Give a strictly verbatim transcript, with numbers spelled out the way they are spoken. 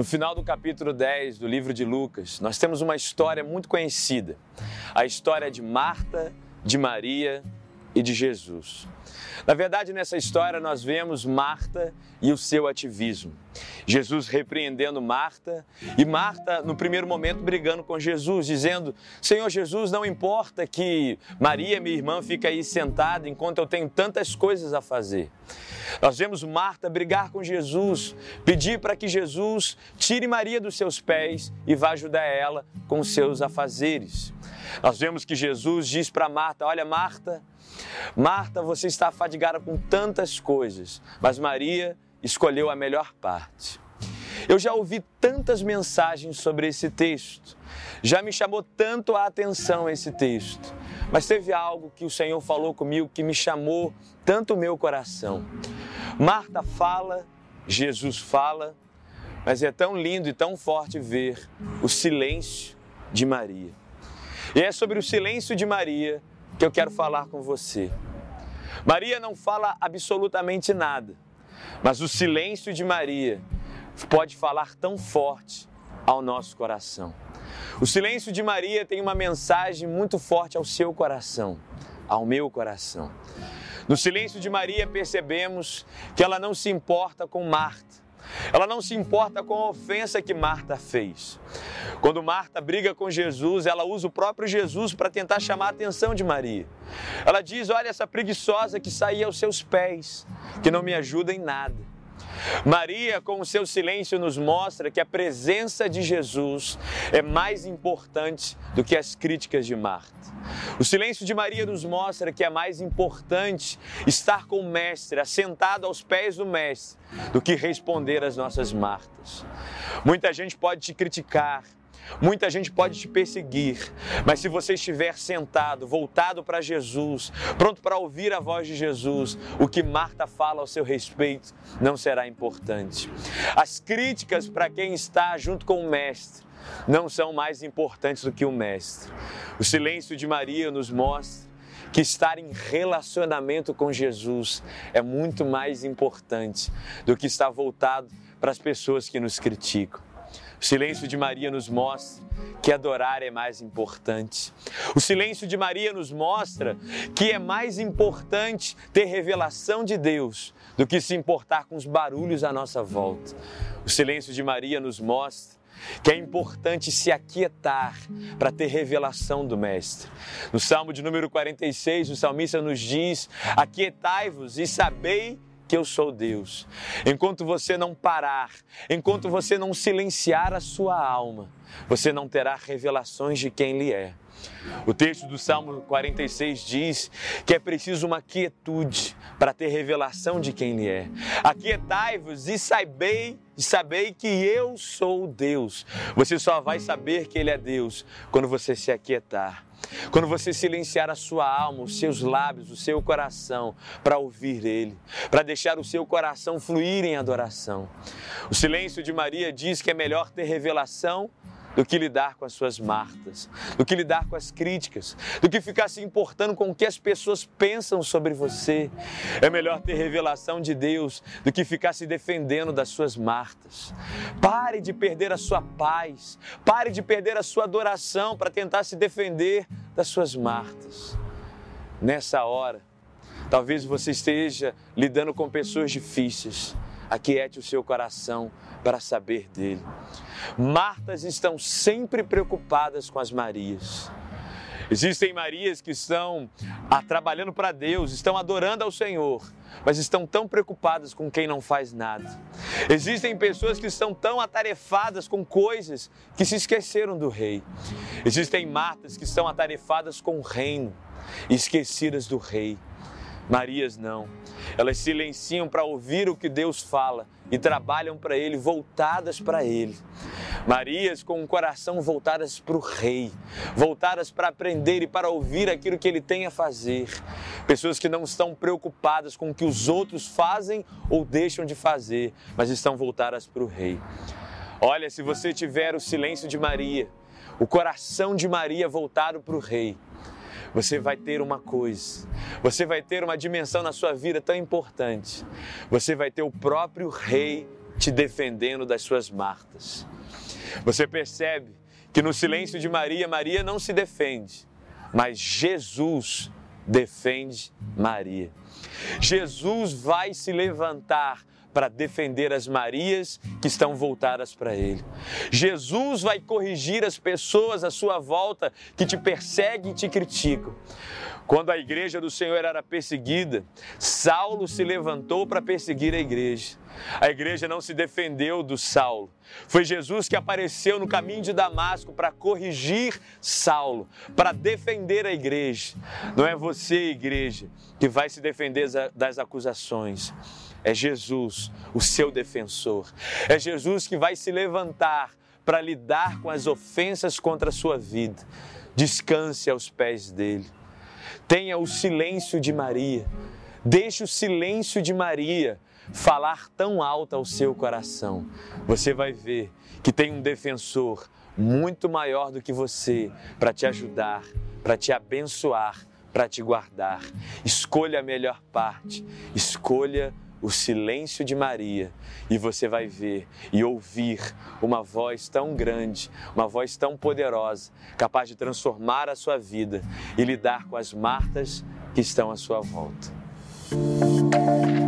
No final do capítulo dez do livro de Lucas, nós temos uma história muito conhecida. A história de Marta, de Maria e de Jesus. Na verdade, nessa história nós vemos Marta e o seu ativismo. Jesus repreendendo Marta e Marta, no primeiro momento, brigando com Jesus, dizendo: Senhor Jesus, não importa que Maria, minha irmã, fique aí sentada enquanto eu tenho tantas coisas a fazer. Nós vemos Marta brigar com Jesus, pedir para que Jesus tire Maria dos seus pés e vá ajudar ela com os seus afazeres. Nós vemos que Jesus diz para Marta: olha, Marta, Marta, você está afadigada com tantas coisas, mas Maria escolheu a melhor parte. Eu já ouvi tantas mensagens sobre esse texto, já me chamou tanto a atenção esse texto, mas teve algo que o Senhor falou comigo que me chamou tanto o meu coração. Marta fala, Jesus fala, mas é tão lindo e tão forte ver o silêncio de Maria. E é sobre o silêncio de Maria que eu quero falar com você. Maria não fala absolutamente nada, mas o silêncio de Maria pode falar tão forte ao nosso coração. O silêncio de Maria tem uma mensagem muito forte ao seu coração, ao meu coração. No silêncio de Maria percebemos que ela não se importa com Marta. Ela não se importa com a ofensa que Marta fez. Quando Marta briga com Jesus, ela usa o próprio Jesus para tentar chamar a atenção de Maria. Ela diz: olha essa preguiçosa que saía aos seus pés, que não me ajuda em nada. Maria, com o seu silêncio, nos mostra que a presença de Jesus é mais importante do que as críticas de Marta. O silêncio de Maria nos mostra que é mais importante estar com o Mestre, assentado aos pés do Mestre, do que responder às nossas Martas. Muita gente pode te criticar, muita gente pode te perseguir, mas se você estiver sentado, voltado para Jesus, pronto para ouvir a voz de Jesus, o que Marta fala ao seu respeito não será importante. As críticas para quem está junto com o Mestre não são mais importantes do que o Mestre. O silêncio de Maria nos mostra que estar em relacionamento com Jesus é muito mais importante do que estar voltado para as pessoas que nos criticam. O silêncio de Maria nos mostra que adorar é mais importante. O silêncio de Maria nos mostra que é mais importante ter revelação de Deus do que se importar com os barulhos à nossa volta. O silêncio de Maria nos mostra que é importante se aquietar para ter revelação do Mestre. No Salmo de número quarenta e seis, o salmista nos diz: aquietai-vos e sabei que eu sou Deus. Enquanto você não parar, enquanto você não silenciar a sua alma, você não terá revelações de quem Ele é. O texto do Salmo quarenta e seis diz que é preciso uma quietude para ter revelação de quem Ele é. Aquietai-vos e sabei, sabei que eu sou Deus. Você só vai saber que Ele é Deus quando você se aquietar. Quando você silenciar a sua alma, os seus lábios, o seu coração para ouvir Ele, para deixar o seu coração fluir em adoração. O silêncio de Maria diz que é melhor ter revelação do que lidar com as suas Martas, do que lidar com as críticas, do que ficar se importando com o que as pessoas pensam sobre você. É melhor ter revelação de Deus do que ficar se defendendo das suas Martas. Pare de perder a sua paz, pare de perder a sua adoração para tentar se defender das suas Martas. Nessa hora, talvez você esteja lidando com pessoas difíceis. Aquiete o seu coração para saber dele. Martas estão sempre preocupadas com as Marias. Existem Marias que estão ah, trabalhando para Deus, estão adorando ao Senhor, mas estão tão preocupadas com quem não faz nada. Existem pessoas que estão tão atarefadas com coisas que se esqueceram do Rei. Existem Martas que estão atarefadas com o reino e esquecidas do Rei. Marias não, elas silenciam para ouvir o que Deus fala e trabalham para Ele, voltadas para Ele. Marias com o coração voltadas para o Rei, voltadas para aprender e para ouvir aquilo que Ele tem a fazer. Pessoas que não estão preocupadas com o que os outros fazem ou deixam de fazer, mas estão voltadas para o Rei. Olha, se você tiver o silêncio de Maria, o coração de Maria voltado para o Rei, você vai ter uma coisa, você vai ter uma dimensão na sua vida tão importante. Você vai ter o próprio Rei te defendendo das suas Martas. Você percebe que no silêncio de Maria, Maria não se defende, mas Jesus defende Maria. Jesus vai se levantar para defender as Marias que estão voltadas para Ele. Jesus vai corrigir as pessoas à sua volta que te perseguem e te criticam. Quando a igreja do Senhor era perseguida, Saulo se levantou para perseguir a igreja. A igreja não se defendeu do Saulo. Foi Jesus que apareceu no caminho de Damasco para corrigir Saulo, para defender a igreja. Não é você, igreja, que vai se defender das acusações. É Jesus, o seu defensor. É Jesus que vai se levantar para lidar com as ofensas contra a sua vida. Descanse aos pés dele. Tenha o silêncio de Maria. Deixe o silêncio de Maria falar tão alto ao seu coração. Você vai ver que tem um defensor muito maior do que você para te ajudar, para te abençoar, para te guardar. Escolha a melhor parte. Escolha o silêncio de Maria e você vai ver e ouvir uma voz tão grande, uma voz tão poderosa, capaz de transformar a sua vida e lidar com as Martas que estão à sua volta.